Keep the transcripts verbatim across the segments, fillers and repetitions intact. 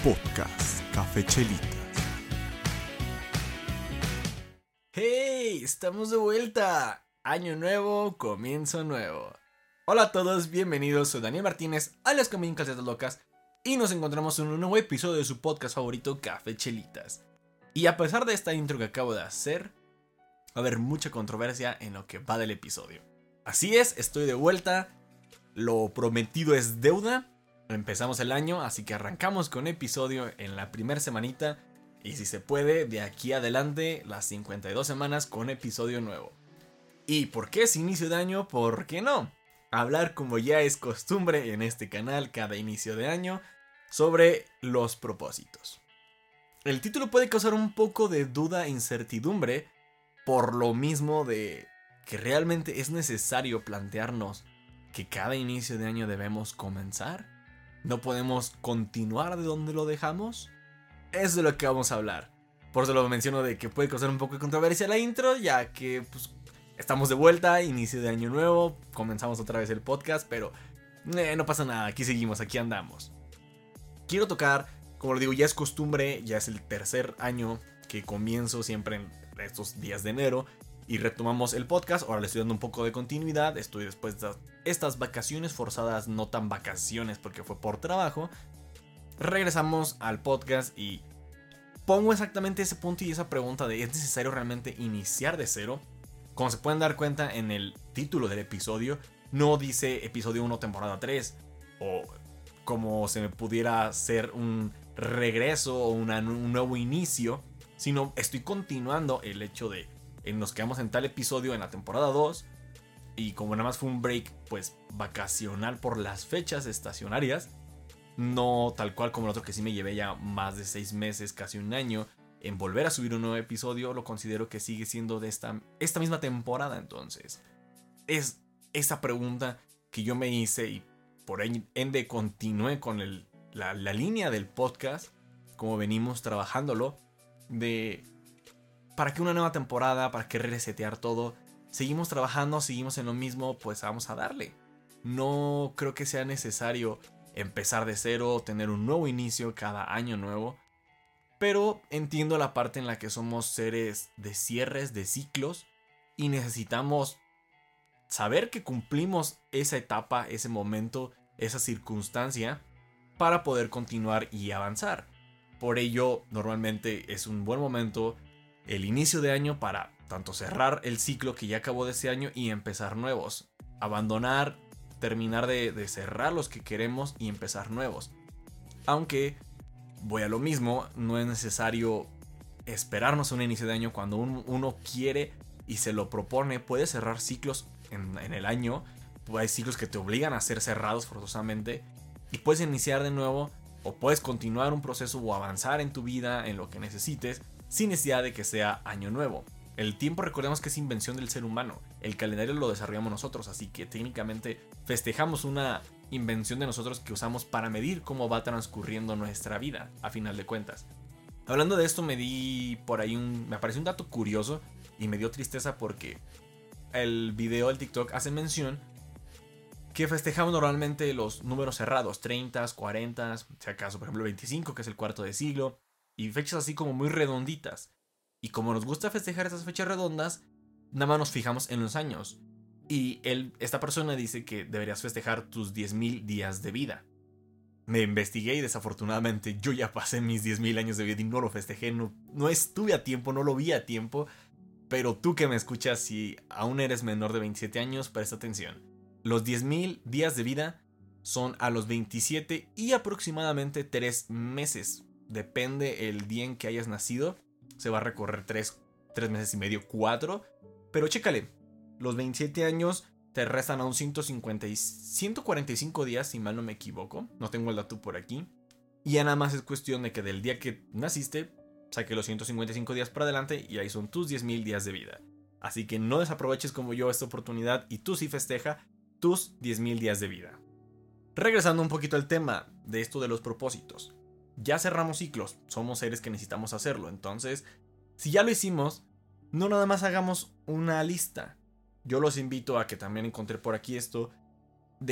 Podcast Café Chelitas. ¡Hey! Estamos de vuelta. Año nuevo, comienzo nuevo. Hola a todos, bienvenidos. Soy Daniel Martínez, alias Camín Calcetas Locas, y nos encontramos en un nuevo episodio de su podcast favorito, Café Chelitas. Y a pesar de esta intro que acabo de hacer, va a haber mucha controversia en lo que va del episodio. Así es, estoy de vuelta. Lo prometido es deuda. Empezamos el año, así que arrancamos con episodio en la primera semanita. Y si se puede, de aquí adelante, las cincuenta y dos semanas con episodio nuevo. ¿Y por qué es inicio de año? ¿Por qué no? Hablar, como ya es costumbre en este canal cada inicio de año, sobre los propósitos. El título puede causar un poco de duda e incertidumbre, por lo mismo de que realmente es necesario plantearnos que cada inicio de año debemos comenzar. ¿No podemos continuar de donde lo dejamos? Es de lo que vamos a hablar. Por eso lo menciono de que puede causar un poco de controversia la intro, ya que pues, estamos de vuelta, inicio de año nuevo, comenzamos otra vez el podcast, pero eh, no pasa nada, aquí seguimos, aquí andamos. Quiero tocar, como lo digo, ya es costumbre, ya es el tercer año que comienzo siempre en estos días de enero y retomamos el podcast. Ahora le estoy dando un poco de continuidad, estoy después de estas vacaciones forzadas, no tan vacaciones porque fue por trabajo. Regresamos al podcast y pongo exactamente ese punto y esa pregunta de ¿es necesario realmente iniciar de cero? Como se pueden dar cuenta en el título del episodio, no dice episodio uno temporada tres o como se me pudiera ser un regreso o una, un nuevo inicio, sino estoy continuando el hecho de en nos quedamos en tal episodio en la temporada dos y como nada más fue un break pues vacacional por las fechas estacionarias, no tal cual como el otro que sí me llevé ya más de seis meses, casi un año en volver a subir un nuevo episodio, lo considero que sigue siendo de esta, esta misma temporada. Entonces es esa pregunta que yo me hice y por ende continué con el, la, la línea del podcast como venimos trabajándolo de ¿para qué una nueva temporada? ¿Para qué resetear todo? Seguimos trabajando, seguimos en lo mismo, pues vamos a darle. No creo que sea necesario empezar de cero, tener un nuevo inicio cada año nuevo. Pero entiendo la parte en la que somos seres de cierres, de ciclos. Y necesitamos saber que cumplimos esa etapa, ese momento, esa circunstancia para poder continuar y avanzar. Por ello, normalmente es un buen momento el inicio de año para tanto cerrar el ciclo que ya acabó de ese año y empezar nuevos. Abandonar, terminar de, de cerrar los que queremos y empezar nuevos. Aunque, voy a lo mismo, no es necesario esperarnos a un inicio de año cuando un, uno quiere y se lo propone. Puede cerrar ciclos en, en el año. Hay ciclos que te obligan a ser cerrados forzosamente. Y puedes iniciar de nuevo o puedes continuar un proceso o avanzar en tu vida, en lo que necesites, sin necesidad de que sea año nuevo. El tiempo, recordemos que es invención del ser humano. El calendario lo desarrollamos nosotros, así que técnicamente festejamos una invención de nosotros que usamos para medir cómo va transcurriendo nuestra vida, a final de cuentas. Hablando de esto, me di por ahí un... me apareció un dato curioso y me dio tristeza porque el video del TikTok hace mención que festejamos normalmente los números cerrados, treinta, cuarenta, si acaso por ejemplo veinticinco, que es el cuarto de siglo, y fechas así como muy redonditas. Y como nos gusta festejar esas fechas redondas, nada más nos fijamos en los años. Y él, esta persona dice que deberías festejar tus diez mil días de vida. Me investigué y desafortunadamente yo ya pasé mis diez mil años de vida y no lo festejé. No, no estuve a tiempo, no lo vi a tiempo. Pero tú que me escuchas, si aún eres menor de veintisiete años, presta atención. Los diez mil días de vida son a los veintisiete y aproximadamente tres meses. Depende el día en que hayas nacido. Se va a recorrer tres meses y medio, cuatro. Pero chécale, los veintisiete años te restan a un ciento cincuenta y, ciento cuarenta y cinco días, si mal no me equivoco. No tengo el dato por aquí. Y ya nada más es cuestión de que del día que naciste, saque los ciento cincuenta y cinco días para adelante y ahí son tus diez mil días de vida. Así que no desaproveches como yo esta oportunidad y tú sí festeja tus diez mil días de vida. Regresando un poquito al tema de esto de los propósitos. Ya cerramos ciclos, somos seres que necesitamos hacerlo. Entonces, si ya lo hicimos, no nada más hagamos una lista. Yo los invito a que también encontré por aquí esto de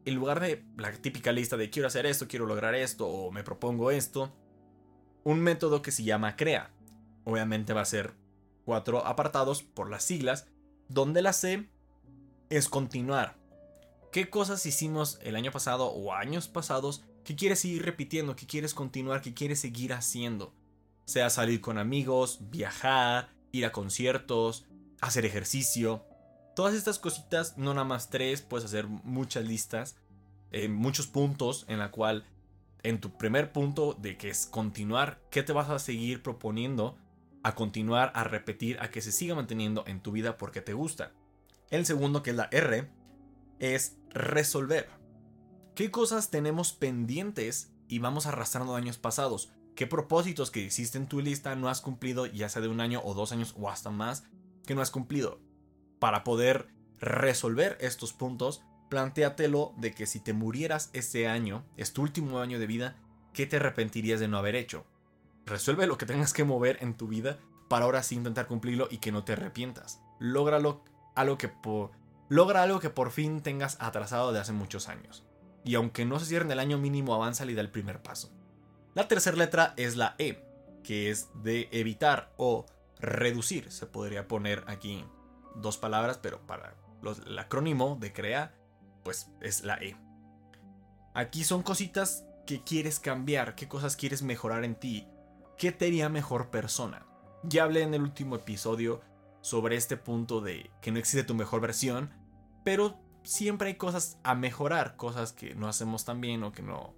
en lugar de la típica lista de quiero hacer esto, quiero lograr esto o me propongo esto, un método que se llama CREA. Obviamente va a ser cuatro apartados por las siglas, donde la C es continuar. ¿Qué cosas hicimos el año pasado o años pasados que quieres seguir repitiendo, que quieres continuar, que quieres seguir haciendo? Sea salir con amigos, viajar, ir a conciertos, hacer ejercicio. Todas estas cositas, no nada más tres, puedes hacer muchas listas, eh, muchos puntos en la cual en tu primer punto de que es continuar, ¿qué te vas a seguir proponiendo a continuar, a repetir, a que se siga manteniendo en tu vida porque te gusta? El segundo, que es la R, es resolver. ¿Qué cosas tenemos pendientes y vamos arrastrando de años pasados? ¿Qué propósitos que hiciste en tu lista no has cumplido, ya sea de un año o dos años o hasta más, que no has cumplido? Para poder resolver estos puntos, plantéatelo de que si te murieras ese año, es tu último año de vida, ¿qué te arrepentirías de no haber hecho? Resuelve lo que tengas que mover en tu vida para ahora sí intentar cumplirlo y que no te arrepientas. Lógralo algo que por, logra algo que por fin tengas atrasado de hace muchos años. Y aunque no se cierre en el año mínimo, avanza y da el primer paso. La tercera letra es la E, que es de evitar o reducir. Se podría poner aquí dos palabras, pero para los, el acrónimo de CREA, pues es la E. Aquí son cositas que quieres cambiar, qué cosas quieres mejorar en ti, qué te haría mejor persona. Ya hablé en el último episodio sobre este punto de que no existe tu mejor versión, pero siempre hay cosas a mejorar, cosas que no hacemos tan bien o que no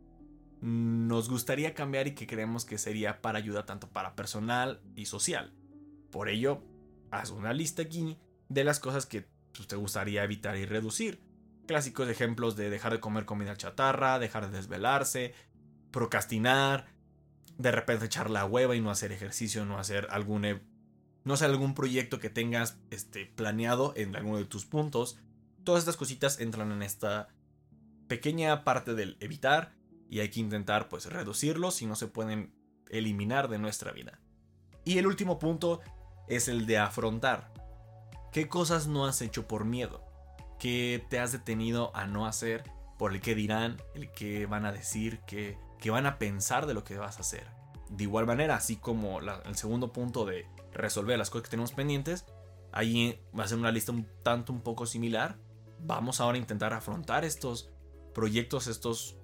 nos gustaría cambiar y que creemos que sería para ayuda tanto para personal y social. Por ello, haz una lista aquí de las cosas que pues, te gustaría evitar y reducir. Clásicos ejemplos de dejar de comer comida chatarra, dejar de desvelarse, procrastinar, de repente echar la hueva y no hacer ejercicio, no hacer algún, no sé, algún proyecto que tengas este, planeado en alguno de tus puntos. Todas estas cositas entran en esta pequeña parte del evitar y hay que intentar pues reducirlos si no se pueden eliminar de nuestra vida. Y el último punto es el de afrontar. ¿Qué cosas no has hecho por miedo? ¿Qué te has detenido a no hacer por el que dirán, el que van a decir, que, que van a pensar de lo que vas a hacer? De igual manera, así como la, el segundo punto de resolver las cosas que tenemos pendientes, ahí va a ser una lista un tanto un poco similar. Vamos ahora a intentar afrontar estos proyectos, estos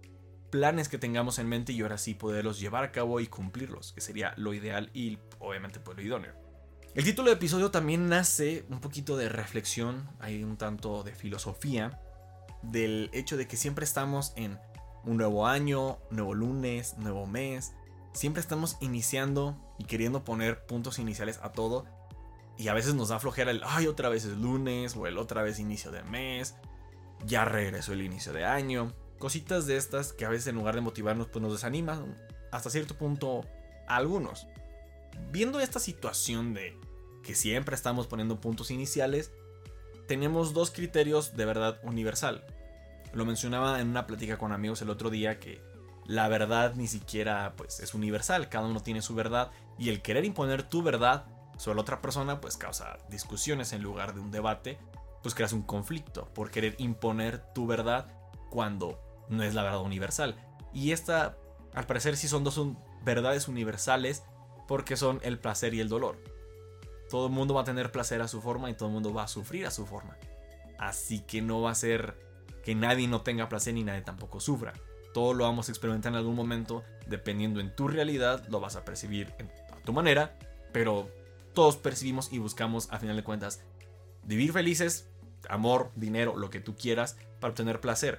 planes que tengamos en mente y ahora sí poderlos llevar a cabo y cumplirlos, que sería lo ideal y obviamente pues lo idóneo. El título del episodio también nace un poquito de reflexión, hay un tanto de filosofía del hecho de que siempre estamos en un nuevo año, nuevo lunes, nuevo mes, siempre estamos iniciando y queriendo poner puntos iniciales a todo y a veces nos da flojera el ay otra vez es lunes o el otra vez inicio de mes, ya regresó el inicio de año. Cositas de estas que a veces en lugar de motivarnos pues nos desaniman hasta cierto punto a algunos. Viendo esta situación de que siempre estamos poniendo puntos iniciales, tenemos dos criterios de verdad universal. Lo mencionaba en una plática con amigos el otro día que la verdad ni siquiera pues es universal, cada uno tiene su verdad y el querer imponer tu verdad sobre la otra persona pues causa discusiones en lugar de un debate, pues creas un conflicto por querer imponer tu verdad cuando no es la verdad universal. Y esta, al parecer, sí son dos un, verdades universales porque son el placer y el dolor. Todo el mundo va a tener placer a su forma y todo el mundo va a sufrir a su forma. Así que no va a ser que nadie no tenga placer ni nadie tampoco sufra. Todo lo vamos a experimentar en algún momento, dependiendo en tu realidad, lo vas a percibir a tu manera, pero todos percibimos y buscamos, a final de cuentas, vivir felices, amor, dinero, lo que tú quieras, para obtener placer.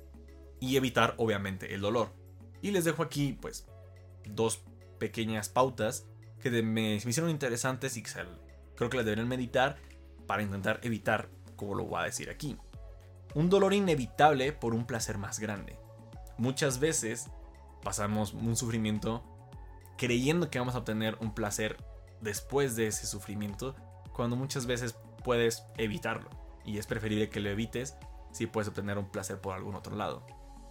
Y evitar, obviamente, el dolor. Y les dejo aquí, pues, dos pequeñas pautas que me, me hicieron interesantes y que se, creo que las deberían meditar para intentar evitar, como lo voy a decir aquí. Un dolor inevitable por un placer más grande. Muchas veces pasamos un sufrimiento creyendo que vamos a obtener un placer después de ese sufrimiento, cuando muchas veces puedes evitarlo. Y es preferible que lo evites si puedes obtener un placer por algún otro lado.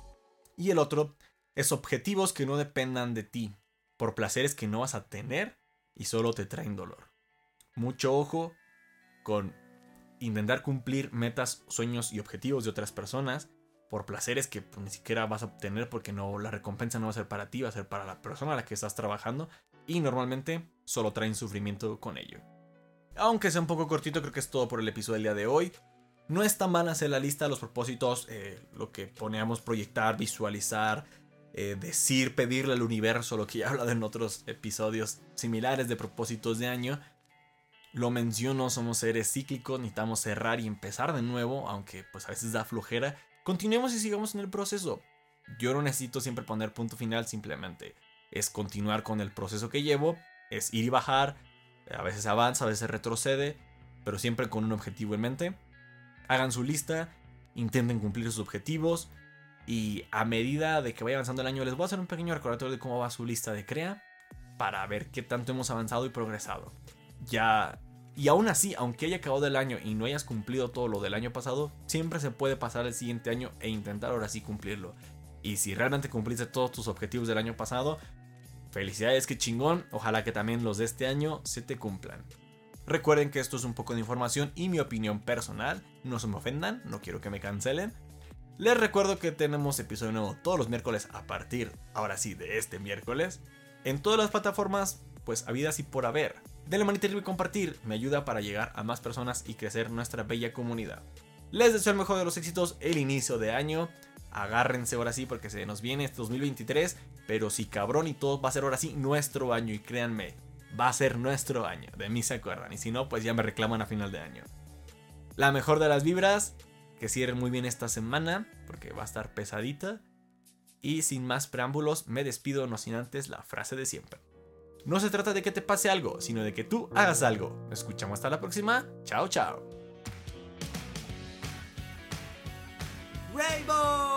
Y el otro es objetivos que no dependan de ti, por placeres que no vas a tener y solo te traen dolor. Mucho ojo con intentar cumplir metas, sueños y objetivos de otras personas por placeres que pues, ni siquiera vas a obtener porque no, la recompensa no va a ser para ti, va a ser para la persona a la que estás trabajando y normalmente solo traen sufrimiento con ello. Aunque sea un poco cortito, creo que es todo por el episodio del día de hoy. No está mal hacer la lista de los propósitos, eh, lo que poníamos proyectar, visualizar, eh, decir, pedirle al universo, lo que ya he hablado en otros episodios similares de propósitos de año. Lo menciono, somos seres cíclicos, necesitamos cerrar y empezar de nuevo, aunque pues a veces da flojera. Continuemos y sigamos en el proceso. Yo no necesito siempre poner punto final, simplemente es continuar con el proceso que llevo, es ir y bajar, a veces avanza, a veces retrocede, pero siempre con un objetivo en mente. Hagan su lista, intenten cumplir sus objetivos y a medida de que vaya avanzando el año les voy a hacer un pequeño recordatorio de cómo va su lista de crea para ver qué tanto hemos avanzado y progresado. Ya, y aún así, aunque haya acabado el año y no hayas cumplido todo lo del año pasado, siempre se puede pasar el siguiente año e intentar ahora sí cumplirlo. Y si realmente cumpliste todos tus objetivos del año pasado, felicidades, qué chingón, ojalá que también los de este año se te cumplan. Recuerden que esto es un poco de información y mi opinión personal, no se me ofendan, no quiero que me cancelen. Les recuerdo que tenemos episodio nuevo todos los miércoles a partir, ahora sí, de este miércoles, en todas las plataformas, pues habidas y por haber. Denle manita arriba y compartir, me ayuda para llegar a más personas y crecer nuestra bella comunidad. Les deseo el mejor de los éxitos, el inicio de año. Agárrense ahora sí porque se nos viene este dos mil veintitrés, pero sí cabrón y todo va a ser ahora sí nuestro año y créanme, va a ser nuestro año, de mí se acuerdan y si no pues ya me reclaman a final de año. La mejor de las vibras, que cierren muy bien esta semana porque va a estar pesadita y sin más preámbulos me despido no sin antes la frase de siempre. No se trata de que te pase algo, sino de que tú hagas algo. Nos escuchamos hasta la próxima. Chao, chao. Rainbow.